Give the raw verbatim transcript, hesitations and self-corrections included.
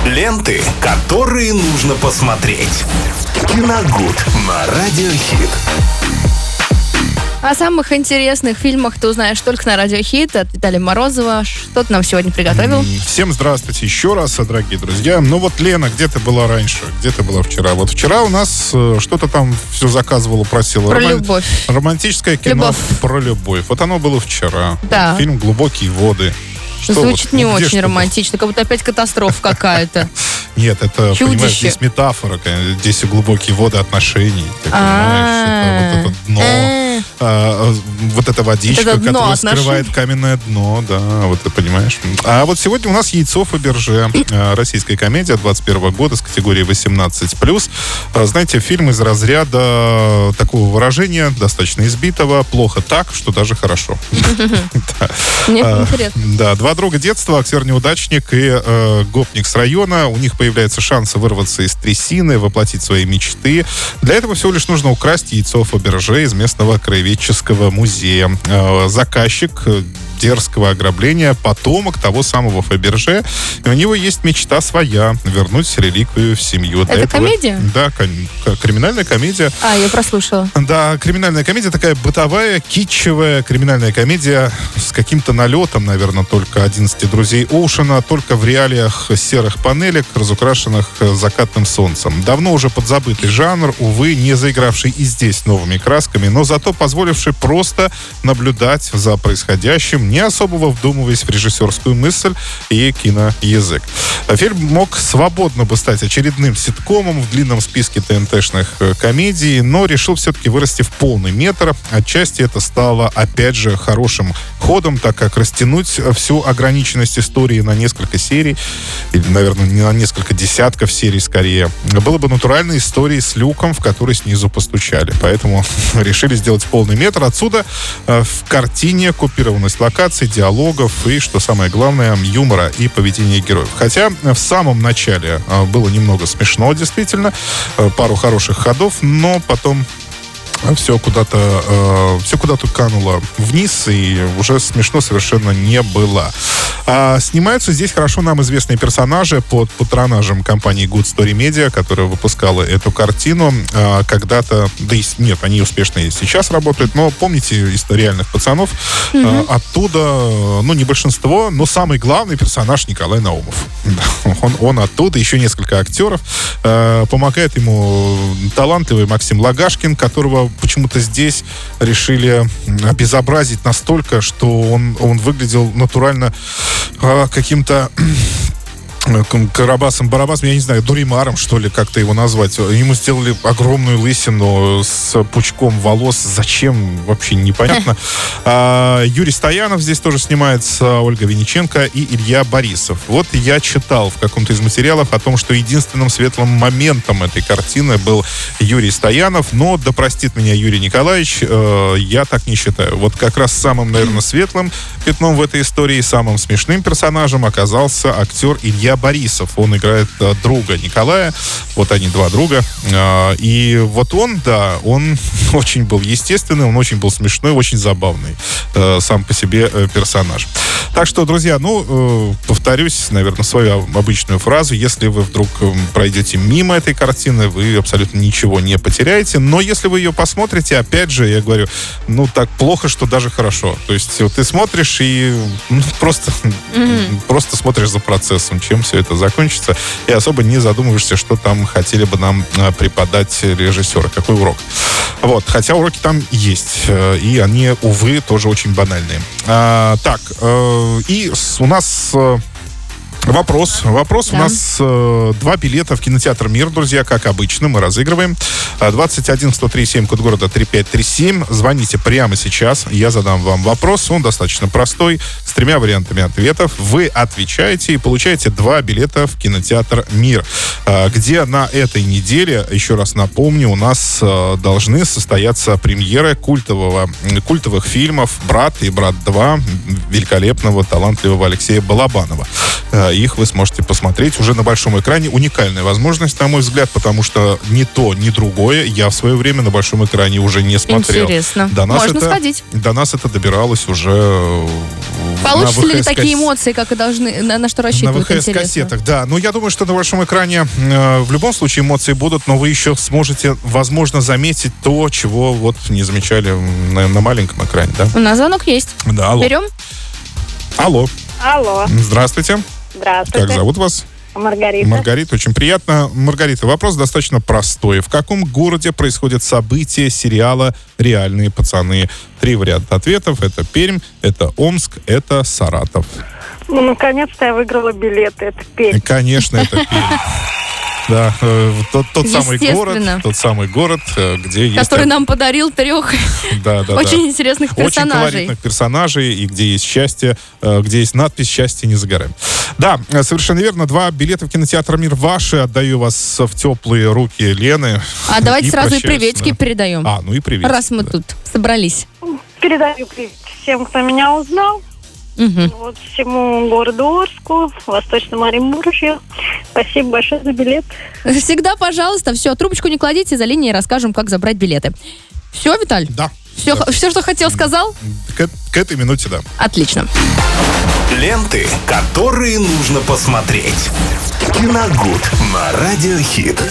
Ленты, которые нужно посмотреть. Киногуд на Радиохит. О самых интересных фильмах ты узнаешь только на Радиохит от Виталия Морозова. Что ты нам сегодня приготовил? Всем здравствуйте еще раз, дорогие друзья. Ну вот, Лена, где ты была раньше? Где ты была вчера? Вот вчера у нас э, что-то там все заказывала, просила. Про Роман... любовь. Романтическое кино Любовь. про любовь. Вот оно было вчера. Да. Фильм «Глубокие воды». Что Звучит вот? не Ну, где очень что-то? романтично, как будто опять катастрофа какая-то. Нет, это, Чудище. понимаешь, здесь метафора. конечно. Здесь и глубокие воды отношений. Ты А-а-а. понимаешь, это вот это дно. Э. а, вот эта водичка, Это дно которая отношений. скрывает каменное дно, да, вот ты понимаешь. А вот сегодня у нас «Яйцо Фаберже», а, российская комедия двадцать первого года с категории восемнадцать плюс. А, знаете, фильм из разряда такого выражения, достаточно избитого: плохо так, что даже хорошо. Мне А, интересно. Да, два друга детства, актер-неудачник и э, гопник с района. У них появляются шансы вырваться из трясины, воплотить свои мечты. Для этого всего лишь нужно украсть яйцо Фаберже из местного краеведческого музея. Э, заказчик дерзкого ограбления — потомок того самого Фаберже. И у него есть мечта своя — вернуть реликвию в семью. Для Это этого- комедия? Да, кон- к- криминальная комедия. А, я прослушала. Да, криминальная комедия такая бытовая, китчевая криминальная комедия с каким-то налетом, наверное, только одиннадцати друзей Оушена, только в реалиях серых панелек, разукрашенных закатным солнцем. Давно уже подзабытый жанр, увы, не заигравший и здесь новыми красками, но зато позволивший просто наблюдать за происходящим, не особо вдумываясь в режиссерскую мысль и киноязык. Фильм мог свободно бы стать очередным ситкомом в длинном списке ТНТ-шных э, комедий, но решил все-таки вырасти в полный метр. Отчасти это стало, опять же, хорошим ходом, так как растянуть всю ограниченность истории на несколько серий, или, наверное, не на несколько десятков серий скорее, было бы натуральной историей с люком, в который снизу постучали. Поэтому решили сделать полный метр. Отсюда э, в картине купированность локаций, диалогов и, что самое главное, юмора и поведения героев. Хотя в самом начале э, было немного смешно, действительно, э, пару хороших ходов, но потом все куда-то, э, все куда-то кануло вниз, и уже смешно совершенно не было. А снимаются здесь хорошо нам известные персонажи под патронажем компании Good Story Media, которая выпускала эту картину э, когда-то, да и с- нет, они успешно и сейчас работают, но помните историю реальных пацанов? Э, оттуда, э, ну, не большинство, но самый главный персонаж — Николай Наумов. Да, Он, он оттуда, еще несколько актеров. Э, помогает ему талантливый Максим Лагашкин, которого почему-то здесь решили обезобразить настолько, что он, он выглядел натурально э, каким-то Карабасом-Барабасом, я не знаю, Дуримаром, что ли, как-то его назвать. Ему сделали огромную лысину с пучком волос. Зачем? Вообще непонятно. А, Юрий Стоянов здесь тоже снимается, Ольга Винниченко и Илья Борисов. Вот я читал в каком-то из материалов о том, что единственным светлым моментом этой картины был Юрий Стоянов, но, да простит меня Юрий Николаевич, э, я так не считаю. Вот как раз самым, наверное, светлым пятном в этой истории, самым смешным персонажем оказался актер Илья Борисов. Он играет э, друга Николая. Вот они, два друга. Э, и вот он, да, он очень был естественный, он очень был смешной, очень забавный э, сам по себе э, персонаж. Так что, друзья, ну, э, повторюсь, наверное, свою обычную фразу. Если вы вдруг э, пройдете мимо этой картины, вы абсолютно ничего не потеряете. Но если вы ее посмотрите, опять же, я говорю, ну, так плохо, что даже хорошо. То есть вот ты смотришь и ну, просто, Мгм. просто смотришь за процессом, чем все это закончится, и особо не задумываешься, что там хотели бы нам э, преподать режиссеры, какой урок. Вот, хотя уроки там есть, э, и они, увы, тоже очень банальные. А, так, э, и с- у нас... э, Вопрос. Вопрос. Да. У нас э, два билета в кинотеатр «Мир», друзья, как обычно, мы разыгрываем. А, двадцать один сто три семь, код города три пять три семь. Звоните прямо сейчас, я задам вам вопрос. Он достаточно простой, с тремя вариантами ответов. Вы отвечаете и получаете два билета в кинотеатр «Мир», а, где на этой неделе, еще раз напомню, у нас э, должны состояться премьеры культового, культовых фильмов «Брат» и «Брат два» великолепного, талантливого Алексея Балабанова. Э, их вы сможете посмотреть уже на большом экране. Уникальная возможность, на мой взгляд, потому что ни то, ни другое я в свое время на большом экране уже не смотрел. Интересно. До нас Можно это, сходить. До нас это добиралось уже Получится ли на такие эмоции, как и должны, на, на что на рассчитывают, вэ ха эс-кассетах, да. Но я думаю, что на большом экране э, в любом случае эмоции будут, но вы еще сможете, возможно, заметить то, чего вот не замечали на, на маленьком экране, да? У нас звонок есть. Да, алло. Берем? Алло. Алло. Здравствуйте. Здравствуйте. Как зовут вас? Маргарита. Маргарита, очень приятно. Маргарита, вопрос достаточно простой. В каком городе происходят события сериала «Реальные пацаны»? Три варианта ответов. Это Пермь, это Омск, это Саратов. Ну, наконец-то я выиграла билеты. Это Пермь. И, конечно, это Пермь. Да, э, тот, тот самый город, тот самый город, э, где есть... Который нам подарил трех да, да, очень да. интересных Очень персонажей. колоритных персонажей, и где есть счастье, э, где есть надпись «Счастье не за горами». Да, э, совершенно верно. Два билета в кинотеатр «Мир» ваши. Отдаю вас в теплые руки Лены. А давайте И сразу и прощаюсь, приветики да. передаем. А, ну и приветики. Раз мы да. тут собрались. Передаю привет всем, кто меня узнал. Мгм. Вот всему городу Орску, Восточному Оренбуржью. Спасибо большое за билет. Всегда, пожалуйста, все, трубочку не кладите, за линией расскажем, как забрать билеты. Все, Виталь? Да. Все, Да. все, что хотел, сказал? К, к этой минуте, да. Отлично. Ленты, которые нужно посмотреть. Киногуд на Радиохит.